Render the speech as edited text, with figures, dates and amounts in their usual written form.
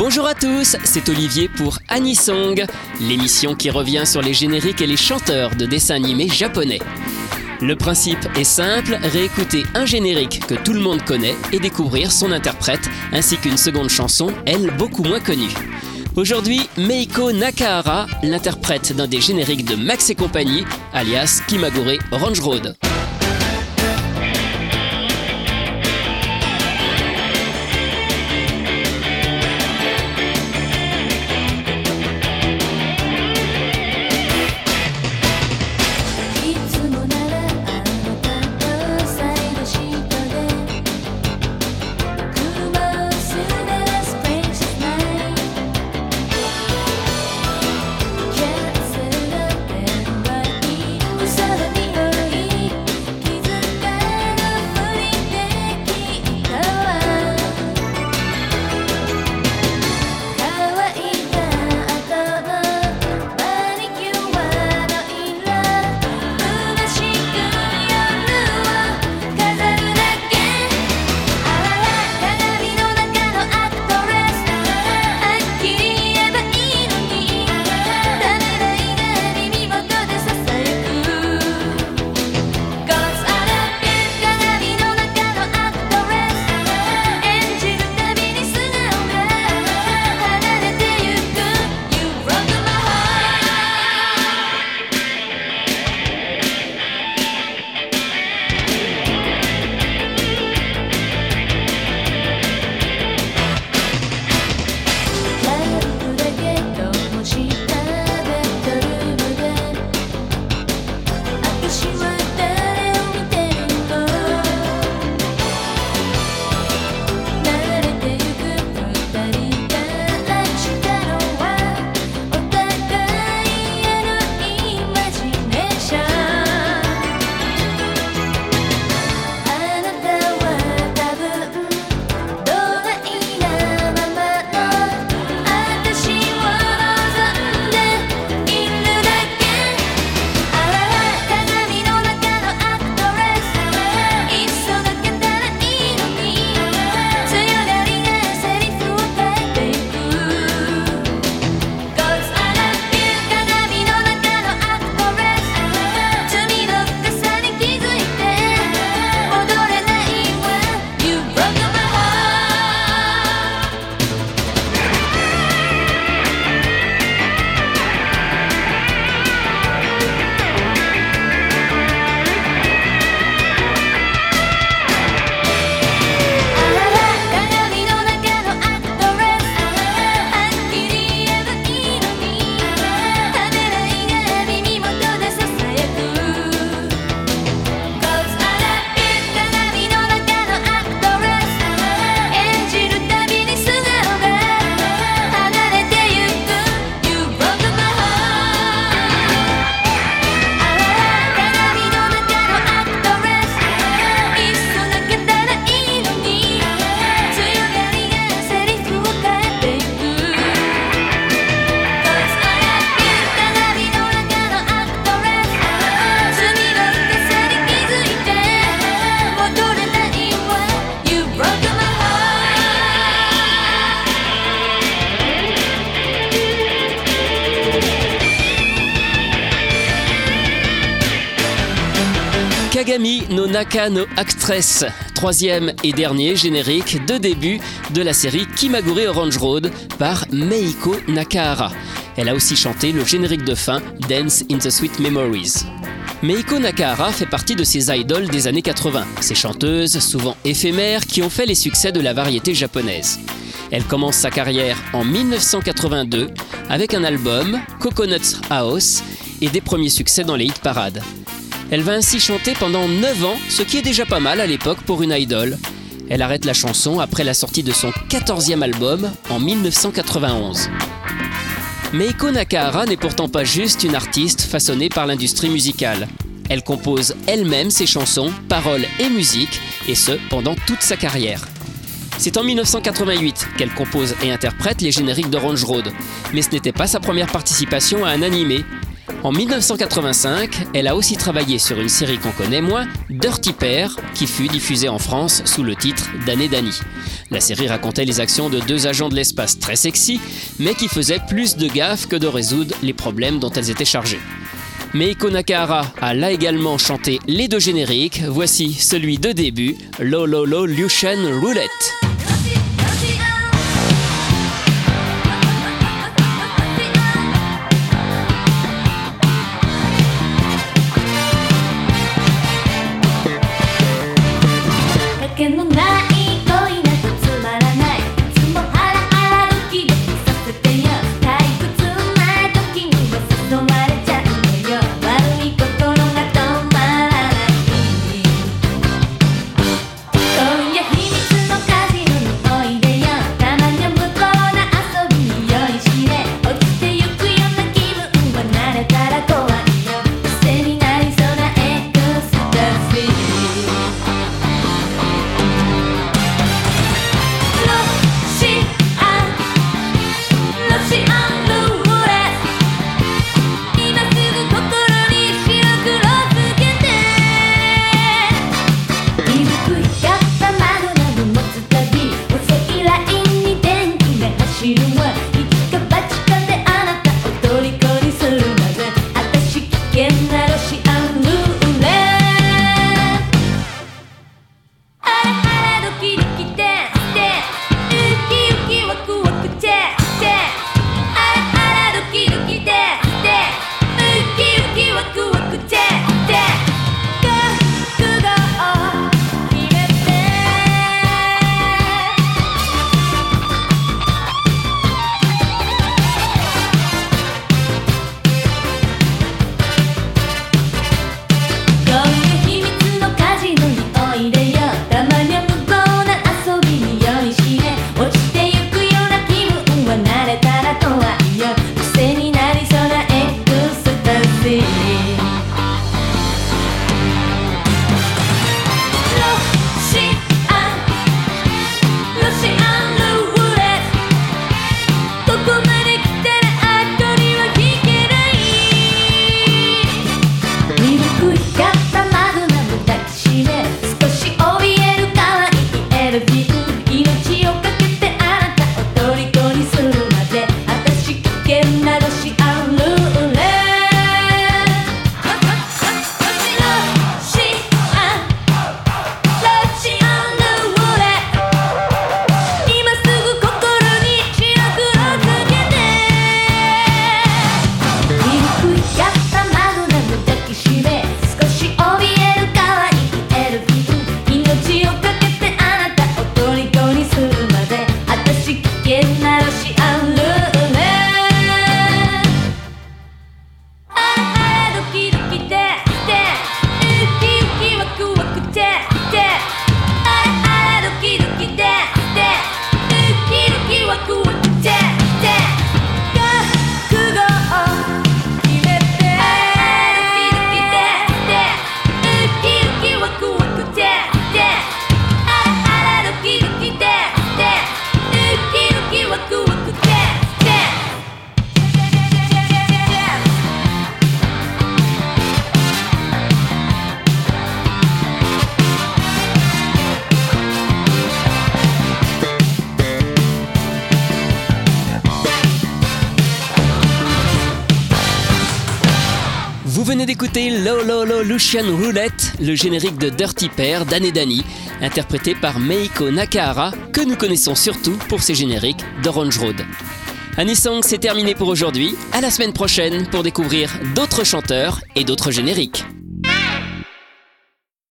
Bonjour à tous, c'est Olivier pour Anisong, l'émission qui revient sur les génériques et les chanteurs de dessins animés japonais. Le principe est simple, réécouter un générique que tout le monde connaît et découvrir son interprète, ainsi qu'une seconde chanson, elle beaucoup moins connue. Aujourd'hui, Meiko Nakahara, l'interprète d'un des génériques de Max et compagnie, alias Kimagure Orange Road. 'Kagami no Naka no Actress', troisième et dernier générique de début de la série Kimagure Orange Road par Meiko Nakahara. Elle a aussi chanté le générique de fin Dance in the Sweet Memories. Meiko Nakahara fait partie de ces idoles des années 80, ces chanteuses souvent éphémères qui ont fait les succès de la variété japonaise. Elle commence sa carrière en 1982 avec un album, Coconuts House, et des premiers succès dans les hit parades. Elle va ainsi chanter pendant 9 ans, ce qui est déjà pas mal à l'époque pour une idole. Elle arrête la chanson après la sortie de son 14e album en 1991. Meiko Nakahara n'est pourtant pas juste une artiste façonnée par l'industrie musicale. Elle compose elle-même ses chansons, paroles et musique, et ce pendant toute sa carrière. C'est en 1988 qu'elle compose et interprète les génériques d'Orange Road, mais ce n'était pas sa première participation à un animé. En 1985, elle a aussi travaillé sur une série qu'on connaît moins, Dirty Pair, qui fut diffusée en France sous le titre Dan et Dany. La série racontait les actions de deux agents de l'espace très sexy, mais qui faisaient plus de gaffe que de résoudre les problèmes dont elles étaient chargées. Meiko Nakahara a là également chanté les deux génériques. Voici celui de début, Low Low Low Lucian Roulette. Vous venez d'écouter Low Low Low Lucian Roulette, le générique de Dirty Pair Dan et Dany, interprété par Meiko Nakahara, que nous connaissons surtout pour ses génériques d'Orange Road. Anisong, c'est terminé pour aujourd'hui. À la semaine prochaine pour découvrir d'autres chanteurs et d'autres génériques.